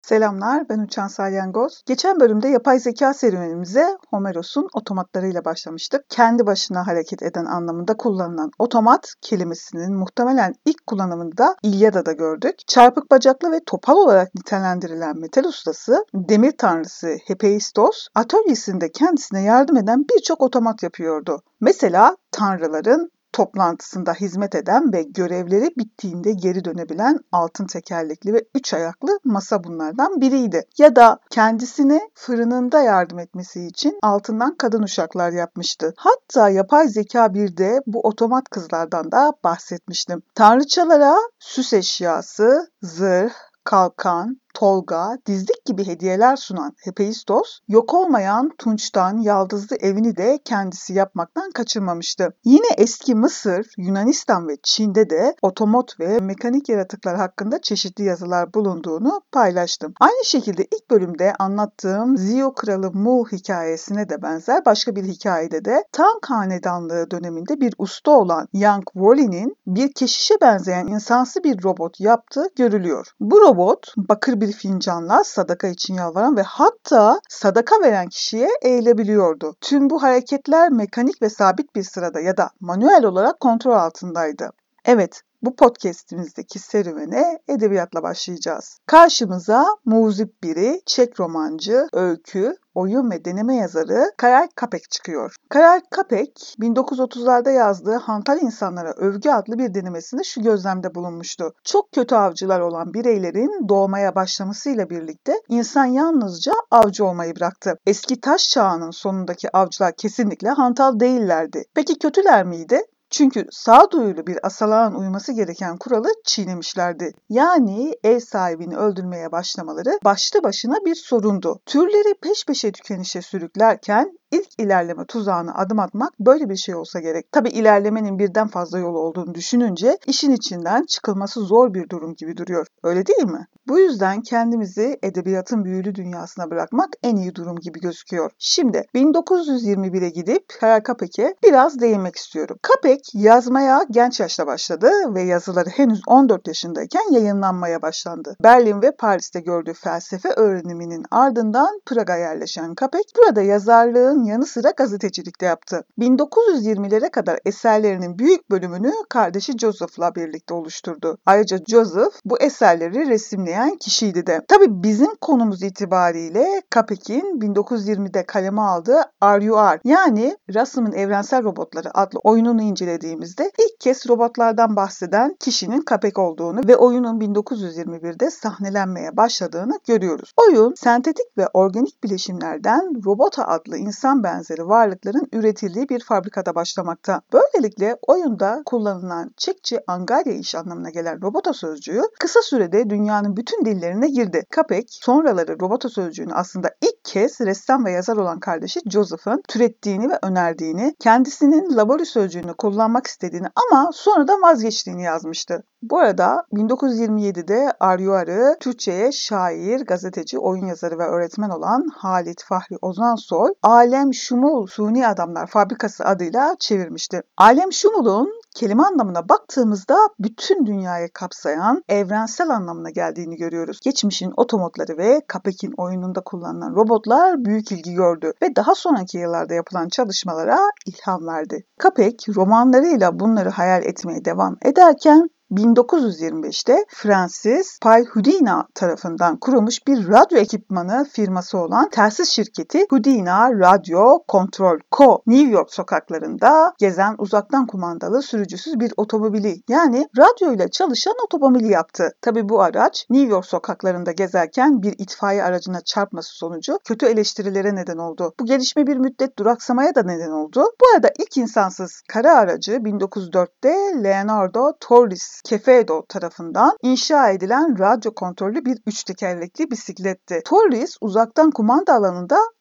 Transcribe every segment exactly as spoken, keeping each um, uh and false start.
Selamlar, ben Uçan Salyangoz. Geçen bölümde yapay zeka serüvenimize Homeros'un otomatlarıyla başlamıştık. Kendi başına hareket eden anlamında kullanılan otomat kelimesinin muhtemelen ilk kullanımını da İlyada'da gördük. Çarpık bacaklı ve topal olarak nitelendirilen metal ustası, demir tanrısı Hephaistos, atölyesinde kendisine yardım eden birçok otomat yapıyordu. Mesela tanrıların toplantısında hizmet eden ve görevleri bittiğinde geri dönebilen altın tekerlekli ve üç ayaklı masa bunlardan biriydi. Ya da kendisine fırınında yardım etmesi için altından kadın uşaklar yapmıştı. Hatta yapay zeka birde bu otomat kızlardan da bahsetmiştim. Tanrıçalara süs eşyası, zırh, kalkan, tolga, dizlik gibi hediyeler sunan Hephaistos, yok olmayan tunçtan yaldızlı evini de kendisi yapmaktan kaçırmamıştı. Yine eski Mısır, Yunanistan ve Çin'de de otomat ve mekanik yaratıklar hakkında çeşitli yazılar bulunduğunu paylaştım. Aynı şekilde ilk bölümde anlattığım Ziyou Kralı Mu hikayesine de benzer başka bir hikayede de Tang Hanedanlığı döneminde bir usta olan Yang Woli'nin bir keşişe benzeyen insansı bir robot yaptığı görülüyor. Bu robot bakır bir fincanla sadaka için yalvaran ve hatta sadaka veren kişiye eğilebiliyordu. Tüm bu hareketler mekanik ve sabit bir sırada ya da manuel olarak kontrol altındaydı. Evet, bu podcast'imizdeki serüvene edebiyatla başlayacağız. Karşımıza muzip biri, Çek romancı, öykü, oyun ve deneme yazarı Karel Čapek çıkıyor. Karel Čapek, bin dokuz yüz otuzlarda yazdığı Hantal İnsanlara Övgü adlı bir denemesinde şu gözlemde bulunmuştu. Çok kötü avcılar olan bireylerin doğmaya başlamasıyla birlikte insan yalnızca avcı olmayı bıraktı. Eski taş çağının sonundaki avcılar kesinlikle hantal değillerdi. Peki kötüler miydi? Çünkü sağduyulu bir asalağın uyması gereken kuralı çiğnemişlerdi. Yani ev sahibini öldürmeye başlamaları başlı başına bir sorundu. Türleri peş peşe tükenişe sürüklerken ilk ilerleme tuzağına adım atmak böyle bir şey olsa gerek. Tabii ilerlemenin birden fazla yolu olduğunu düşününce işin içinden çıkılması zor bir durum gibi duruyor. Öyle değil mi? Bu yüzden kendimizi edebiyatın büyülü dünyasına bırakmak en iyi durum gibi gözüküyor. Şimdi bin dokuz yüz yirmi bire gidip Karel Čapek'e biraz değinmek istiyorum. Čapek yazmaya genç yaşta başladı ve yazıları henüz on dört yaşındayken yayınlanmaya başlandı. Berlin ve Paris'te gördüğü felsefe öğreniminin ardından Prag'a yerleşen Čapek burada yazarlığın yanı sıra gazetecilik de yaptı. bin dokuz yüz yirmilere kadar eserlerinin büyük bölümünü kardeşi Joseph'la birlikte oluşturdu. Ayrıca Joseph bu eserleri resimleyen kişiydi de. Tabii bizim konumuz itibariyle Čapek'in bin dokuz yüz yirmide kaleme aldığı R U R yani Rasm'ın Evrensel Robotları adlı oyununu incelediğimizde ilk kez robotlardan bahseden kişinin Čapek olduğunu ve oyunun bin dokuz yüz yirmi birde sahnelenmeye başladığını görüyoruz. Oyun sentetik ve organik bileşimlerden Robota adlı insan benzeri varlıkların üretildiği bir fabrikada başlamakta. Böylelikle oyunda kullanılan Çekçi Angarya iş anlamına gelen robota sözcüğü kısa sürede dünyanın bütün dillerine girdi. Čapek sonraları robota sözcüğünü aslında ilk kez ressam ve yazar olan kardeşi Joseph'ın türettiğini ve önerdiğini, kendisinin labori sözcüğünü kullanmak istediğini ama sonradan vazgeçtiğini yazmıştı. Bu arada bin dokuz yüz yirmi yedide R U R'ı Türkçe'ye şair, gazeteci, oyun yazarı ve öğretmen olan Halit Fahri Ozansoy, Alem Şumul Suni Adamlar Fabrikası adıyla çevirmişti. Alem Şumul'un kelime anlamına baktığımızda bütün dünyayı kapsayan evrensel anlamına geldiğini görüyoruz. Geçmişin otomotları ve Čapek'in oyununda kullanılan robotlar büyük ilgi gördü ve daha sonraki yıllarda yapılan çalışmalara ilham verdi. Čapek romanlarıyla bunları hayal etmeye devam ederken bin dokuz yüz yirmi beşte Francis Pay Houdina tarafından kurulmuş bir radyo ekipmanı firması olan telsiz şirketi Houdina Radio Control Co. New York sokaklarında gezen uzaktan kumandalı sürücüsüz bir otomobili yani radyo ile çalışan otomobili yaptı. Tabii bu araç New York sokaklarında gezerken bir itfaiye aracına çarpması sonucu kötü eleştirilere neden oldu. Bu gelişme bir müddet duraksamaya da neden oldu. Bu arada ilk insansız kara aracı bin dokuz yüz dörtte Leonardo Torres Quevedo tarafından inşa edilen radyo kontrollü bir üç tekerlekli bisikletti. Torres uzaktan kumanda alanında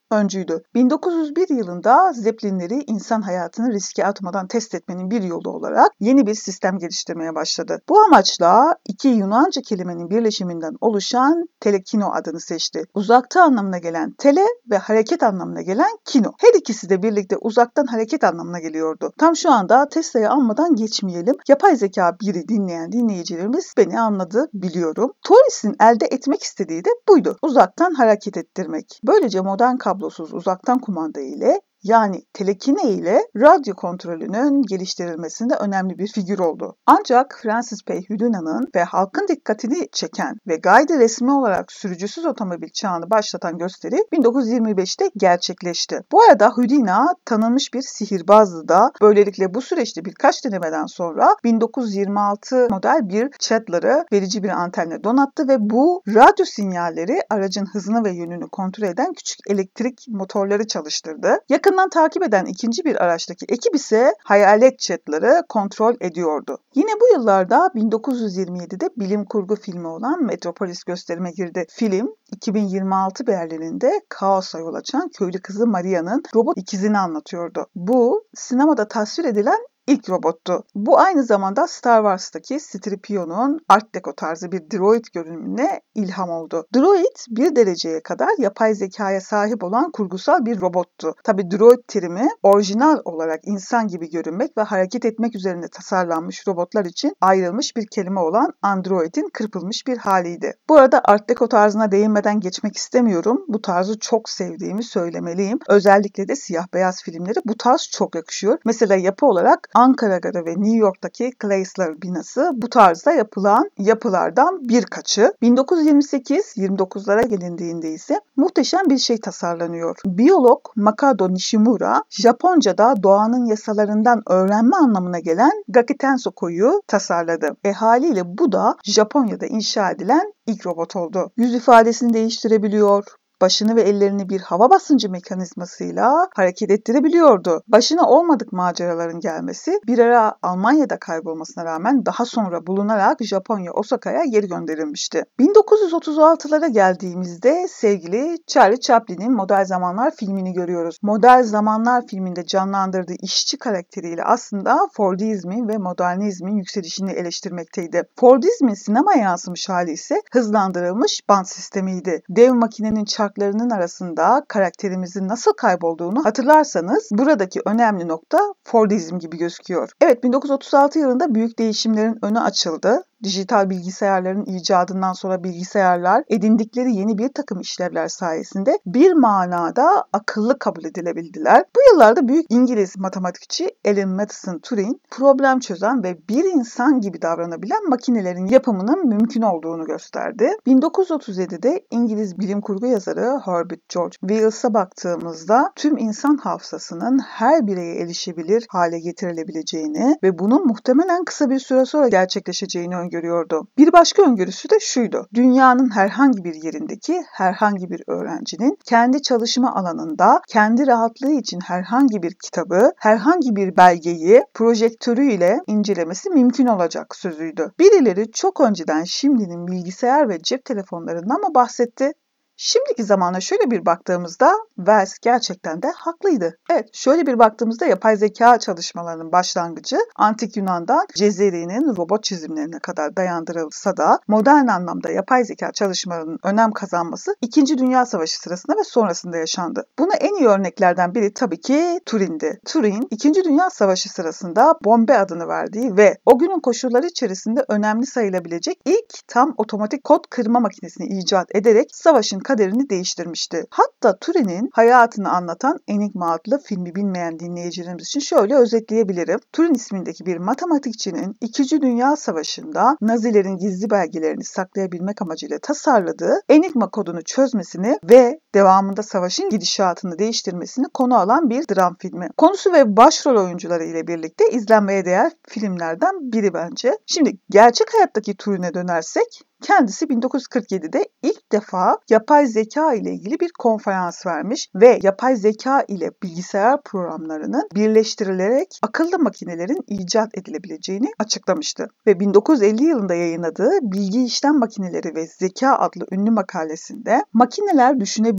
öncüydü. bin dokuz yüz bir yılında Zeppelinleri insan hayatını riske atmadan test etmenin bir yolu olarak yeni bir sistem geliştirmeye başladı. Bu amaçla iki Yunanca kelimenin birleşiminden oluşan telekino adını seçti. Uzakta anlamına gelen tele ve hareket anlamına gelen kino. Her ikisi de birlikte uzaktan hareket anlamına geliyordu. Tam şu anda Tesla'yı anmadan geçmeyelim. Yapay zeka biri dinleyen dinleyicilerimiz beni anladı biliyorum. Turing elde etmek istediği de buydu. Uzaktan hareket ettirmek. Böylece modern kablosuz uzaktan kumanda ile yani telekine ile radyo kontrolünün geliştirilmesinde önemli bir figür oldu. Ancak Francis P. Houdina'nın ve halkın dikkatini çeken ve gayri resmi olarak sürücüsüz otomobil çağını başlatan gösteri bin dokuz yüz yirmi beşte gerçekleşti. Bu arada Houdina tanınmış bir sihirbazdı da böylelikle bu süreçte birkaç denemeden sonra bin dokuz yüz yirmi altı model bir Chandler'ı verici bir antenle donattı ve bu radyo sinyalleri aracın hızını ve yönünü kontrol eden küçük elektrik motorları çalıştırdı. Yakın Yakından takip eden ikinci bir araçtaki ekip ise hayalet Chandler'ı kontrol ediyordu. Yine bu yıllarda bin dokuz yüz yirmi yedide bilim kurgu filmi olan Metropolis gösterime girdi. Film iki bin yirmi altı Berlin'inde kaosa yol açan köylü kızı Maria'nın robot ikizini anlatıyordu. Bu sinemada tasvir edilen İlk robottu. Bu aynı zamanda Star Wars'taki C üç P O'nun Art Deco tarzı bir droid görünümüne ilham oldu. Droid bir dereceye kadar yapay zekaya sahip olan kurgusal bir robottu. Tabi droid terimi orijinal olarak insan gibi görünmek ve hareket etmek üzerine tasarlanmış robotlar için ayrılmış bir kelime olan androidin kırpılmış bir haliydi. Bu arada Art Deco tarzına değinmeden geçmek istemiyorum. Bu tarzı çok sevdiğimi söylemeliyim. Özellikle de siyah beyaz filmleri bu tarz çok yakışıyor. Mesela yapı olarak Ankara Garı ve New York'taki Chrysler binası bu tarzda yapılan yapılardan birkaçı. bin dokuz yüz yirmi sekiz yirmi dokuzlara gelindiğinde ise muhteşem bir şey tasarlanıyor. Biyolog Makoto Nishimura, Japonca'da doğanın yasalarından öğrenme anlamına gelen Gakitensoko'yu tasarladı. E haliyle bu da Japonya'da inşa edilen ilk robot oldu. Yüz ifadesini değiştirebiliyor. Başını ve ellerini bir hava basıncı mekanizmasıyla hareket ettirebiliyordu. Başına olmadık maceraların gelmesi bir ara Almanya'da kaybolmasına rağmen daha sonra bulunarak Japonya Osaka'ya geri gönderilmişti. bin dokuz yüz otuz altılara geldiğimizde sevgili Charlie Chaplin'in Modern Zamanlar filmini görüyoruz. Modern Zamanlar filminde canlandırdığı işçi karakteriyle aslında Fordizmin ve modernizmin yükselişini eleştirmekteydi. Fordizmin sinemaya yansımış hali ise hızlandırılmış bant sistemiydi. Dev makinenin çark arasında karakterimizin nasıl kaybolduğunu hatırlarsanız buradaki önemli nokta Fordizm gibi gözüküyor. Evet, bin dokuz yüz otuz altı yılında büyük değişimlerin önü açıldı. Dijital bilgisayarların icadından sonra bilgisayarlar edindikleri yeni bir takım işlevler sayesinde bir manada akıllı kabul edilebildiler. Bu yıllarda büyük İngiliz matematikçi Alan Matheson Turing problem çözen ve bir insan gibi davranabilen makinelerin yapımının mümkün olduğunu gösterdi. bin dokuz yüz otuz yedide İngiliz bilim kurgu yazarı Herbert George Wells'a baktığımızda tüm insan hafızasının her bireye erişebilir hale getirilebileceğini ve bunun muhtemelen kısa bir süre sonra gerçekleşeceğini öngörüyordu. Görüyordu. Bir başka öngörüsü de şuydu. Dünyanın herhangi bir yerindeki herhangi bir öğrencinin kendi çalışma alanında kendi rahatlığı için herhangi bir kitabı, herhangi bir belgeyi projektörüyle incelemesi mümkün olacak sözüydü. Birileri çok önceden şimdinin bilgisayar ve cep telefonlarından mı bahsetti? Şimdiki zamana şöyle bir baktığımızda Wells gerçekten de haklıydı. Evet, şöyle bir baktığımızda yapay zeka çalışmalarının başlangıcı Antik Yunan'dan Cezeri'nin robot çizimlerine kadar dayandırılsa da modern anlamda yapay zeka çalışmalarının önem kazanması İkinci Dünya Savaşı sırasında ve sonrasında yaşandı. Buna en iyi örneklerden biri tabii ki Turing'di. Turing, İkinci Dünya Savaşı sırasında Bombe adını verdiği ve o günün koşulları içerisinde önemli sayılabilecek ilk tam otomatik kod kırma makinesini icat ederek savaşın kaderini değiştirmişti. Hatta Turing'in hayatını anlatan Enigma adlı filmi bilmeyen dinleyicilerimiz için şöyle özetleyebilirim. Turing ismindeki bir matematikçinin İkinci Dünya Savaşı'nda Nazilerin gizli belgelerini saklayabilmek amacıyla tasarladığı Enigma kodunu çözmesini ve devamında savaşın gidişatını değiştirmesini konu alan bir dram filmi. Konusu ve başrol oyuncuları ile birlikte izlenmeye değer filmlerden biri bence. Şimdi gerçek hayattaki Turing'e dönersek, kendisi bin dokuz yüz kırk yedide ilk defa yapay zeka ile ilgili bir konferans vermiş ve yapay zeka ile bilgisayar programlarının birleştirilerek akıllı makinelerin icat edilebileceğini açıklamıştı. Ve bin dokuz yüz elli yılında yayınladığı Bilgi İşlem Makineleri ve Zeka adlı ünlü makalesinde makineler düşünebilir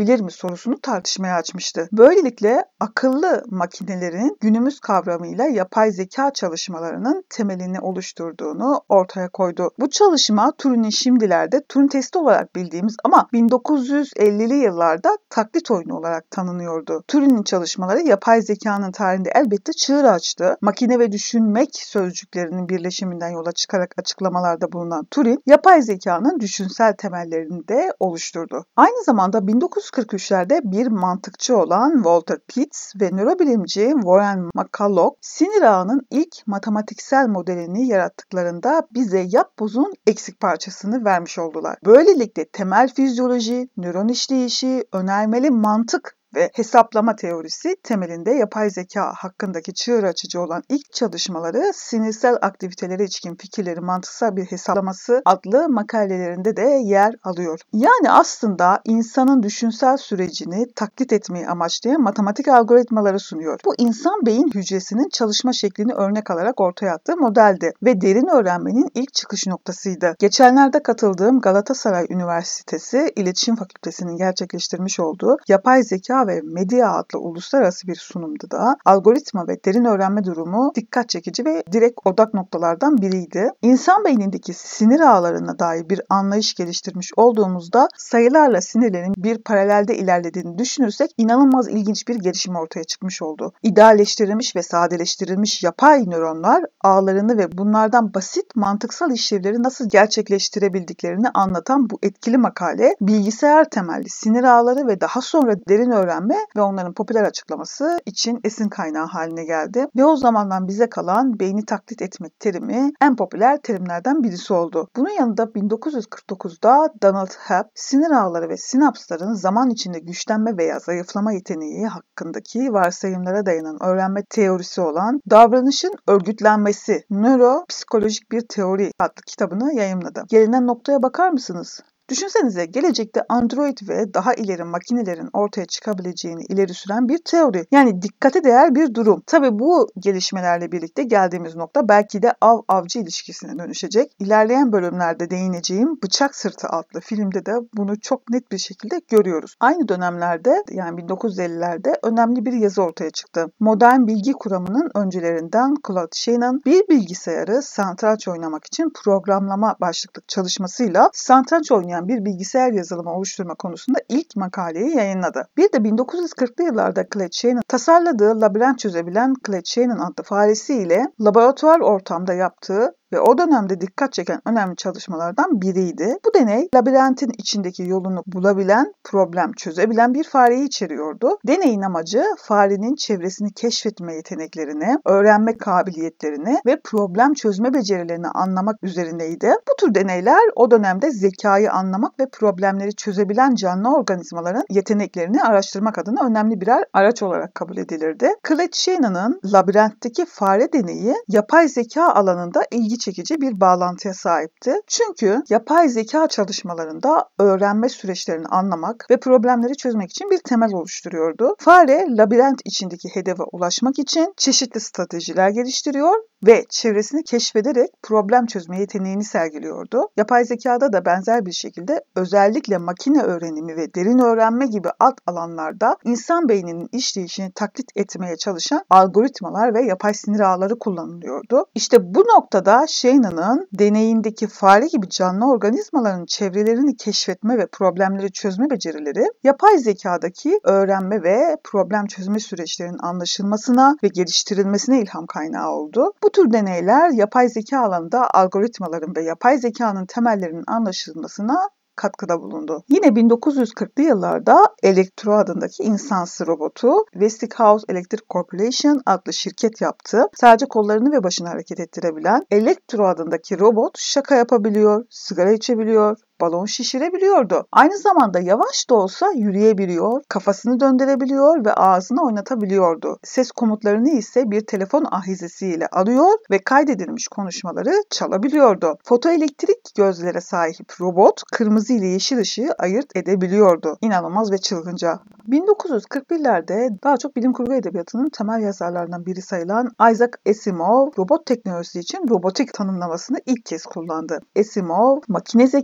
olabilir mi sorusunu tartışmaya açmıştı. Böylelikle akıllı makinelerin günümüz kavramıyla yapay zeka çalışmalarının temelini oluşturduğunu ortaya koydu. Bu çalışma Turing'in şimdilerde Turing testi olarak bildiğimiz ama bin dokuz yüz ellili yıllarda taklit oyunu olarak tanınıyordu. Turing'in çalışmaları yapay zekanın tarihinde elbette çığır açtı. Makine ve düşünmek sözcüklerinin birleşiminden yola çıkarak açıklamalarda bulunan Turing, yapay zekanın düşünsel temellerini de oluşturdu. Aynı zamanda bin dokuz yüz kırk üçlerde bir mantıkçı olan Walter Pitts ve nörobilimci Warren McCulloch, sinir ağının ilk matematiksel modelini yarattıklarında bize yapbozun eksik parçasını vermiş oldular. Böylelikle temel fizyoloji, nöron işleyişi, önermeli mantık ve hesaplama teorisi temelinde yapay zeka hakkındaki çığır açıcı olan ilk çalışmaları sinirsel aktivitelere ilişkin fikirleri mantıksal bir hesaplaması adlı makalelerinde de yer alıyor. Yani aslında insanın düşünsel sürecini taklit etmeyi amaçlayan matematik algoritmaları sunuyor. Bu insan beyin hücresinin çalışma şeklini örnek alarak ortaya attığı modeldi ve derin öğrenmenin ilk çıkış noktasıydı. Geçenlerde katıldığım Galatasaray Üniversitesi İletişim Fakültesi'nin gerçekleştirmiş olduğu yapay zeka ve Medya adlı uluslararası bir sunumda da algoritma ve derin öğrenme durumu dikkat çekici ve direkt odak noktalardan biriydi. İnsan beynindeki sinir ağlarına dair bir anlayış geliştirmiş olduğumuzda sayılarla sinirlerin bir paralelde ilerlediğini düşünürsek inanılmaz ilginç bir gelişim ortaya çıkmış oldu. İdealleştirilmiş ve sadeleştirilmiş yapay nöronlar ağlarını ve bunlardan basit mantıksal işlevleri nasıl gerçekleştirebildiklerini anlatan bu etkili makale bilgisayar temelli sinir ağları ve daha sonra derin öğrenme ve onların popüler açıklaması için esin kaynağı haline geldi. Ve o zamandan bize kalan beyni taklit etmek terimi en popüler terimlerden birisi oldu. Bunun yanında bin dokuz yüz kırk dokuzda Donald Hebb, sinir ağları ve sinapsların zaman içinde güçlenme veya zayıflama yeteneği hakkındaki varsayımlara dayanan öğrenme teorisi olan Davranışın Örgütlenmesi, Nöropsikolojik Bir Teori adlı kitabını yayımladı. Gelinen noktaya bakar mısınız? Düşünsenize gelecekte Android ve daha ileri makinelerin ortaya çıkabileceğini ileri süren bir teori. Yani dikkate değer bir durum. Tabii bu gelişmelerle birlikte geldiğimiz nokta belki de av-avcı ilişkisine dönüşecek. İlerleyen bölümlerde değineceğim Bıçak Sırtı adlı filmde de bunu çok net bir şekilde görüyoruz. Aynı dönemlerde yani bin dokuz yüz ellilerde önemli bir yazı ortaya çıktı. Modern bilgi kuramının öncülerinden Claude Shannon bir bilgisayarı satranç oynamak için programlama başlıklı çalışmasıyla satranç oynayan bir bilgisayar yazılımı oluşturma konusunda ilk makaleyi yayınladı. Bir de bin dokuz yüz kırklı yıllarda Claude Shannon tasarladığı labirent çözebilen Claude Shannon adlı faresiyle laboratuvar ortamda yaptığı ve o dönemde dikkat çeken önemli çalışmalardan biriydi. Bu deney labirentin içindeki yolunu bulabilen, problem çözebilen bir fareyi içeriyordu. Deneyin amacı farenin çevresini keşfetme yeteneklerini, öğrenme kabiliyetlerini ve problem çözme becerilerini anlamak üzerineydi. Bu tür deneyler o dönemde zekayı anlamak ve problemleri çözebilen canlı organizmaların yeteneklerini araştırmak adına önemli birer araç olarak kabul edilirdi. Claude Shannon'ın labirentteki fare deneyi yapay zeka alanında ilgi çekici bir bağlantıya sahipti. Çünkü yapay zeka çalışmalarında öğrenme süreçlerini anlamak ve problemleri çözmek için bir temel oluşturuyordu. Fare, labirent içindeki hedefe ulaşmak için çeşitli stratejiler geliştiriyor ve çevresini keşfederek problem çözme yeteneğini sergiliyordu. Yapay zekada da benzer bir şekilde özellikle makine öğrenimi ve derin öğrenme gibi alt alanlarda insan beyninin işleyişini taklit etmeye çalışan algoritmalar ve yapay sinir ağları kullanılıyordu. İşte bu noktada Shannon'ın deneyindeki fare gibi canlı organizmaların çevrelerini keşfetme ve problemleri çözme becerileri yapay zekadaki öğrenme ve problem çözme süreçlerinin anlaşılmasına ve geliştirilmesine ilham kaynağı oldu. Bu tür deneyler yapay zeka alanında algoritmaların ve yapay zekanın temellerinin anlaşılmasına katkıda bulundu. Yine bin dokuz yüz kırklı yıllarda Electro adındaki insansız robotu Westinghouse Electric Corporation adlı şirket yaptı. Sadece kollarını ve başını hareket ettirebilen Electro adındaki robot şaka yapabiliyor, sigara içebiliyor, balon şişirebiliyordu. Aynı zamanda yavaş da olsa yürüyebiliyor, kafasını döndürebiliyor ve ağzını oynatabiliyordu. Ses komutlarını ise bir telefon ahizesiyle alıyor ve kaydedilmiş konuşmaları çalabiliyordu. Fotoelektrik gözlere sahip robot kırmızı ile yeşil ışığı ayırt edebiliyordu. İnanılmaz ve çılgınca. bin dokuz yüz kırk birlerde daha çok bilim kurgu edebiyatının temel yazarlarından biri sayılan Isaac Asimov, robot teknolojisi için robotik tanımlamasını ilk kez kullandı. Asimov, makine zekası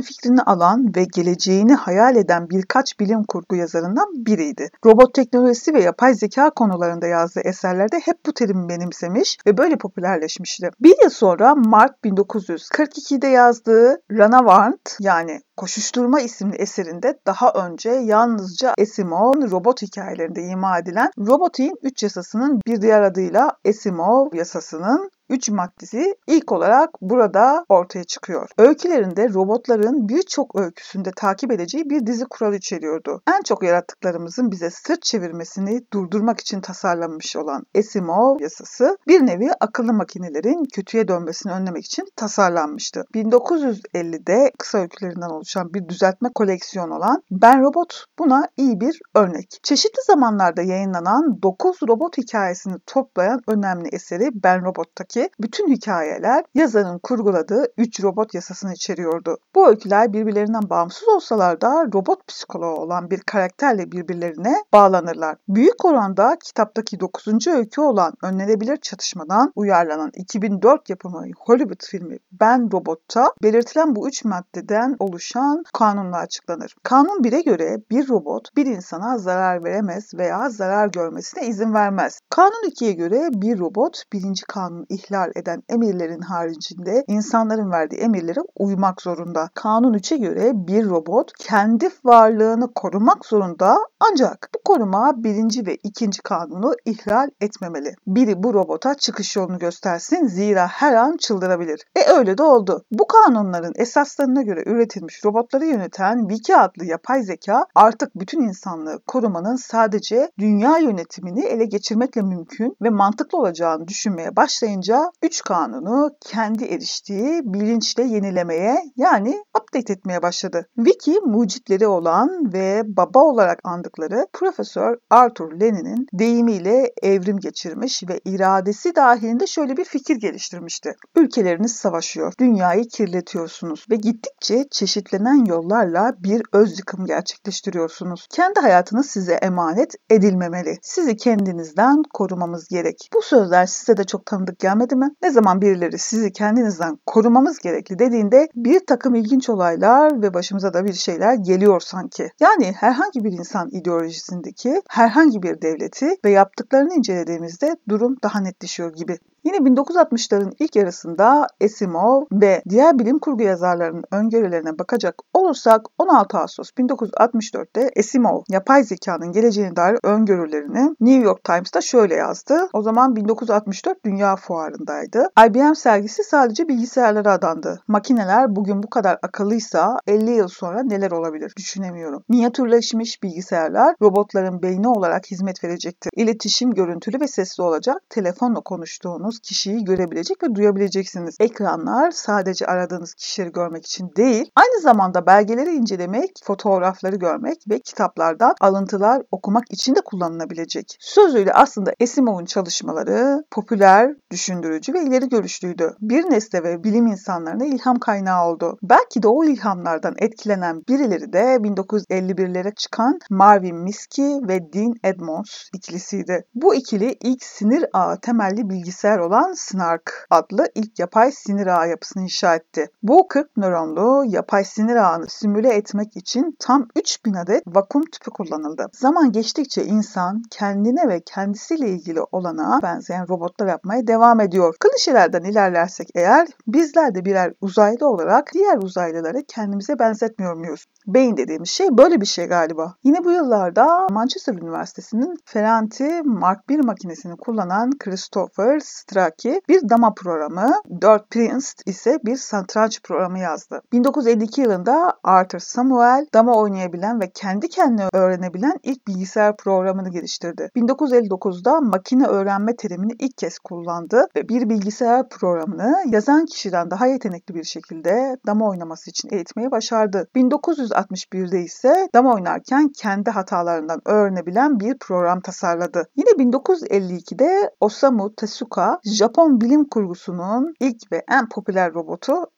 fikrini alan ve geleceğini hayal eden birkaç bilim kurgu yazarından biriydi. Robot teknolojisi ve yapay zeka konularında yazdığı eserlerde hep bu terimi benimsemiş ve böyle popülerleşmişti. Bir yıl sonra Mart bin dokuz yüz kırk ikide yazdığı Runaway yani Koşuşturma isimli eserinde daha önce yalnızca Asimov'un robot hikayelerinde ima edilen robotiğin üç yasasının bir diğer adıyla Asimov yasasının üç maddesi ilk olarak burada ortaya çıkıyor. Öykülerinde robotların birçok öyküsünde takip edeceği bir dizi kural içeriyordu. En çok yarattıklarımızın bize sırt çevirmesini durdurmak için tasarlanmış olan Asimov yasası bir nevi akıllı makinelerin kötüye dönmesini önlemek için tasarlanmıştı. bin dokuz yüz ellide kısa öykülerinden oluşan bir düzeltme koleksiyonu olan Ben Robot buna iyi bir örnek. Çeşitli zamanlarda yayınlanan dokuz robot hikayesini toplayan önemli eseri Ben Robot'taki bütün hikayeler yazarın kurguladığı üç robot yasasını içeriyordu. Bu öyküler birbirlerinden bağımsız olsalar da robot psikoloğu olan bir karakterle birbirlerine bağlanırlar. Büyük oranda kitaptaki dokuzuncu öykü olan Önlenebilir Çatışmadan uyarlanan iki bin dört yapımı Hollywood filmi Ben Robot'ta belirtilen bu üç maddeden oluşan kanunla açıklanır. Kanun bire göre bir robot bir insana zarar veremez veya zarar görmesine izin vermez. Kanun ikiye göre bir robot birinci kanunu ihlal eden emirlerin haricinde insanların verdiği emirlere uymak zorunda. Kanun üçe göre bir robot kendi varlığını korumak zorunda ancak bu koruma birinci ve ikinci kanunu ihlal etmemeli. Biri bu robota çıkış yolunu göstersin zira her an çıldırabilir. E öyle de oldu. Bu kanunların esaslarına göre üretilmiş robotları yöneten Wiki adlı yapay zeka artık bütün insanlığı korumanın sadece dünya yönetimini ele geçirmekle mümkün ve mantıklı olacağını düşünmeye başlayınca üç kanunu kendi eriştiği bilinçle yenilemeye yani update etmeye başladı. Wiki mucitleri olan ve baba olarak andıkları Profesör Arthur Lenin'in deyimiyle evrim geçirmiş ve iradesi dahilinde şöyle bir fikir geliştirmişti. Ülkeleriniz savaşıyor, dünyayı kirletiyorsunuz ve gittikçe çeşitlenen yollarla bir öz yıkım gerçekleştiriyorsunuz. Kendi hayatınız size emanet edilmemeli. Sizi kendinizden korumamız gerek. Bu sözler size de çok tanıdık gelmedi mi? Ne zaman birileri sizi kendinizden korumamız gerekli dediğinde bir takım ilginç olaylar ve başımıza da bir şeyler geliyor sanki. Yani herhangi bir insan ideolojisindeki herhangi bir devleti ve yaptıklarını incelediğimizde durum daha netleşiyor gibi. Yine bin dokuz yüz altmışların ilk yarısında Asimov ve diğer bilim kurgu yazarlarının öngörülerine bakacak olursak on altı Ağustos bin dokuz yüz altmış dörtte Asimov yapay zekanın geleceğine dair öngörülerini New York Times'ta şöyle yazdı. O zaman bin dokuz yüz altmış dört Dünya Fuarı'ndaydı. I B M sergisi sadece bilgisayarlara adandı. Makineler bugün bu kadar akıllıysa elli yıl sonra neler olabilir düşünemiyorum. Minyatürleşmiş bilgisayarlar robotların beyni olarak hizmet verecektir. İletişim görüntülü ve sesli olacak. Telefonla konuştuğunuz kişiyi görebilecek ve duyabileceksiniz. Ekranlar sadece aradığınız kişileri görmek için değil, aynı zamanda belgeleri incelemek, fotoğrafları görmek ve kitaplardan alıntılar okumak için de kullanılabilecek. Sözüyle aslında Asimov'un çalışmaları popüler, düşündürücü ve ileri görüşlüydü. Bir nesle ve bilim insanlarına ilham kaynağı oldu. Belki de o ilhamlardan etkilenen birileri de bin dokuz yüz elli birlere çıkan Marvin Minsky ve Dean Edmonds ikilisiydi. Bu ikili ilk sinir ağı temelli bilgisayar olan Snark adlı ilk yapay sinir ağı yapısını inşa etti. Bu kırk nöronlu yapay sinir ağını simüle etmek için tam üç bin adet vakum tüpü kullanıldı. Zaman geçtikçe insan kendine ve kendisiyle ilgili olana benzeyen robotlar yapmaya devam ediyor. Klişelerden ilerlersek eğer bizler de birer uzaylı olarak diğer uzaylıları kendimize benzetmiyor muyuz? Beyin dediğimiz şey böyle bir şey galiba. Yine bu yıllarda Manchester Üniversitesi'nin Ferranti Mark bir makinesini kullanan Christopher Strachey bir dama programı, dört Prince ise bir satranç programı yazdı. bin dokuz yüz elli iki yılında Arthur Samuel dama oynayabilen ve kendi kendine öğrenebilen ilk bilgisayar programını geliştirdi. bin dokuz yüz elli dokuzda makine öğrenme terimini ilk kez kullandı ve bir bilgisayar programını yazan kişiden daha yetenekli bir şekilde dama oynaması için eğitmeyi başardı. bin dokuz yüz altmış birde ise dama oynarken kendi hatalarından öğrenebilen bir program tasarladı. Yine bin dokuz yüz elli ikide Osamu Tezuka, Japon bilim kurgusunun ilk ve en popüler robotu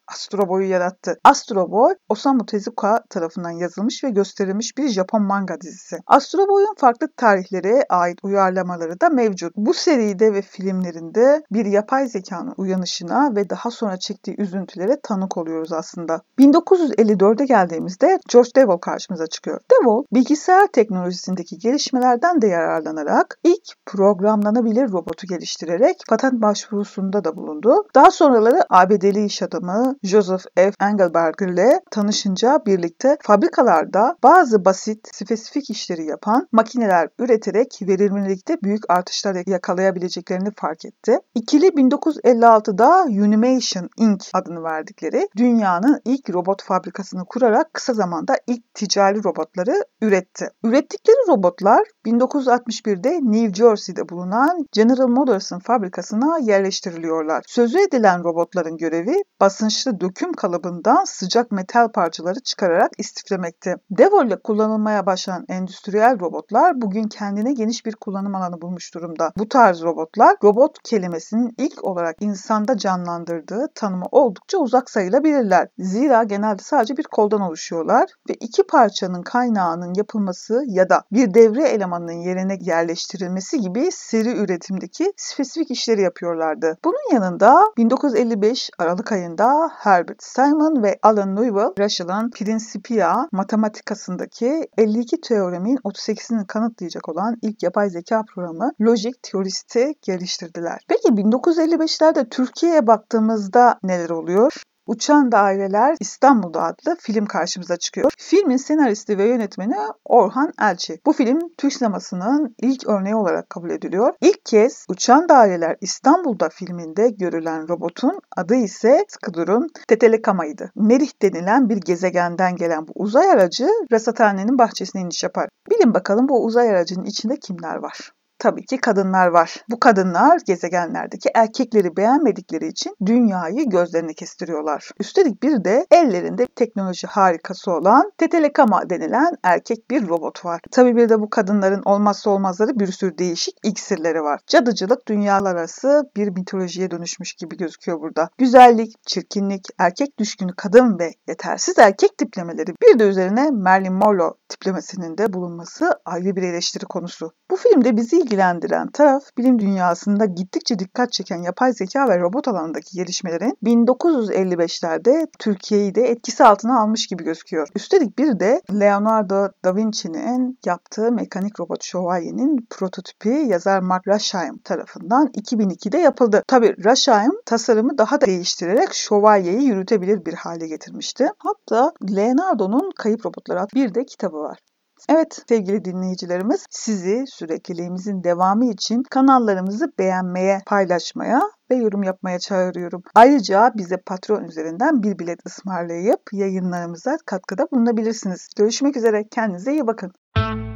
Astro Boy'u yarattı. Astro Boy, Osamu Tezuka tarafından yazılmış ve gösterilmiş bir Japon manga dizisi. Astro Boy'un farklı tarihlere ait uyarlamaları da mevcut. Bu seride ve filmlerinde bir yapay zekanın uyanışına ve daha sonra çektiği üzüntülere tanık oluyoruz aslında. bin dokuz yüz elli dörde geldiğimizde George Devol karşımıza çıkıyor. Devol, bilgisayar teknolojisindeki gelişmelerden de yararlanarak ilk programlanabilir robotu geliştirerek patent başvurusunda da bulundu. Daha sonraları A B D'li iş adamı Joseph F. Engelberger ile tanışınca birlikte fabrikalarda bazı basit, spesifik işleri yapan makineler üreterek verimlilikte büyük artışlar yakalayabileceklerini fark etti. İkili bin dokuz yüz elli altıda Unimation Incorporated adını verdikleri dünyanın ilk robot fabrikasını kurarak kısa zamanda ilk ticari robotları üretti. Ürettikleri robotlar bin dokuz yüz altmış birde New Jersey'de bulunan General Motors'ın fabrikasına yerleştiriliyorlar. Sözü edilen robotların görevi basınçlı döküm kalıbından sıcak metal parçaları çıkararak istiflemekti. Devol ile kullanılmaya başlanan endüstriyel robotlar bugün kendine geniş bir kullanım alanı bulmuş durumda. Bu tarz robotlar, robot kelimesinin ilk olarak insanda canlandırdığı tanıma oldukça uzak sayılabilirler. Zira genelde sadece bir koldan oluşuyorlar ve iki parçanın kaynağının yapılması ya da bir devre elemanının yerine yerleştirilmesi gibi seri üretimdeki spesifik işleri yapıyorlardı. Bunun yanında bin dokuz yüz elli beş Aralık ayında Herbert Simon ve Alan Newell, Russell'ın Principia Mathematicas'ındaki elli iki teoremin otuz sekizini kanıtlayacak olan ilk yapay zeka programı Logic Theorist'i geliştirdiler. Peki bin dokuz yüz elli beşlerde Türkiye'ye baktığımızda neler oluyor? Uçan Daireler İstanbul'da adlı film karşımıza çıkıyor. Filmin senaristi ve yönetmeni Orhan Elçi. Bu film Türk sinemasının ilk örneği olarak kabul ediliyor. İlk kez Uçan Daireler İstanbul'da filminde görülen robotun adı ise sıkı durun Tetelekama'ydı. Merih denilen bir gezegenden gelen bu uzay aracı rasathanenin bahçesine iniş yapar. Bilin bakalım bu uzay aracının içinde kimler var? Tabii ki kadınlar var. Bu kadınlar gezegenlerdeki erkekleri beğenmedikleri için dünyayı gözlerine kestiriyorlar. Üstelik bir de ellerinde teknoloji harikası olan Tetelekama denilen erkek bir robot var. Tabii bir de bu kadınların olmazsa olmazları bir sürü değişik iksirleri var. Cadıcılık dünyalar arası bir mitolojiye dönüşmüş gibi gözüküyor burada. Güzellik, çirkinlik, erkek düşkünü kadın ve yetersiz erkek tiplemeleri, bir de üzerine Marilyn Monroe tiplemesinin de bulunması ayrı bir eleştiri konusu. Bu filmde bizi ilgilendiren taraf bilim dünyasında gittikçe dikkat çeken yapay zeka ve robot alanındaki gelişmelerin bin dokuz yüz elli beşlerde Türkiye'yi de etkisi altına almış gibi gözüküyor. Üstelik bir de Leonardo da Vinci'nin yaptığı mekanik robot şövalyenin prototipi yazar Mark Rasheim tarafından iki bin ikide yapıldı. Tabii Rasheim tasarımı daha da değiştirerek şövalyeyi yürütebilir bir hale getirmişti. Hatta Leonardo'nun Kayıp Robotlar adlı bir de kitabı var. Evet sevgili dinleyicilerimiz, sizi sürekliliğimizin devamı için kanallarımızı beğenmeye, paylaşmaya ve yorum yapmaya çağırıyorum. Ayrıca bize Patreon üzerinden bir bilet ısmarlayıp yayınlarımıza katkıda bulunabilirsiniz. Görüşmek üzere, kendinize iyi bakın.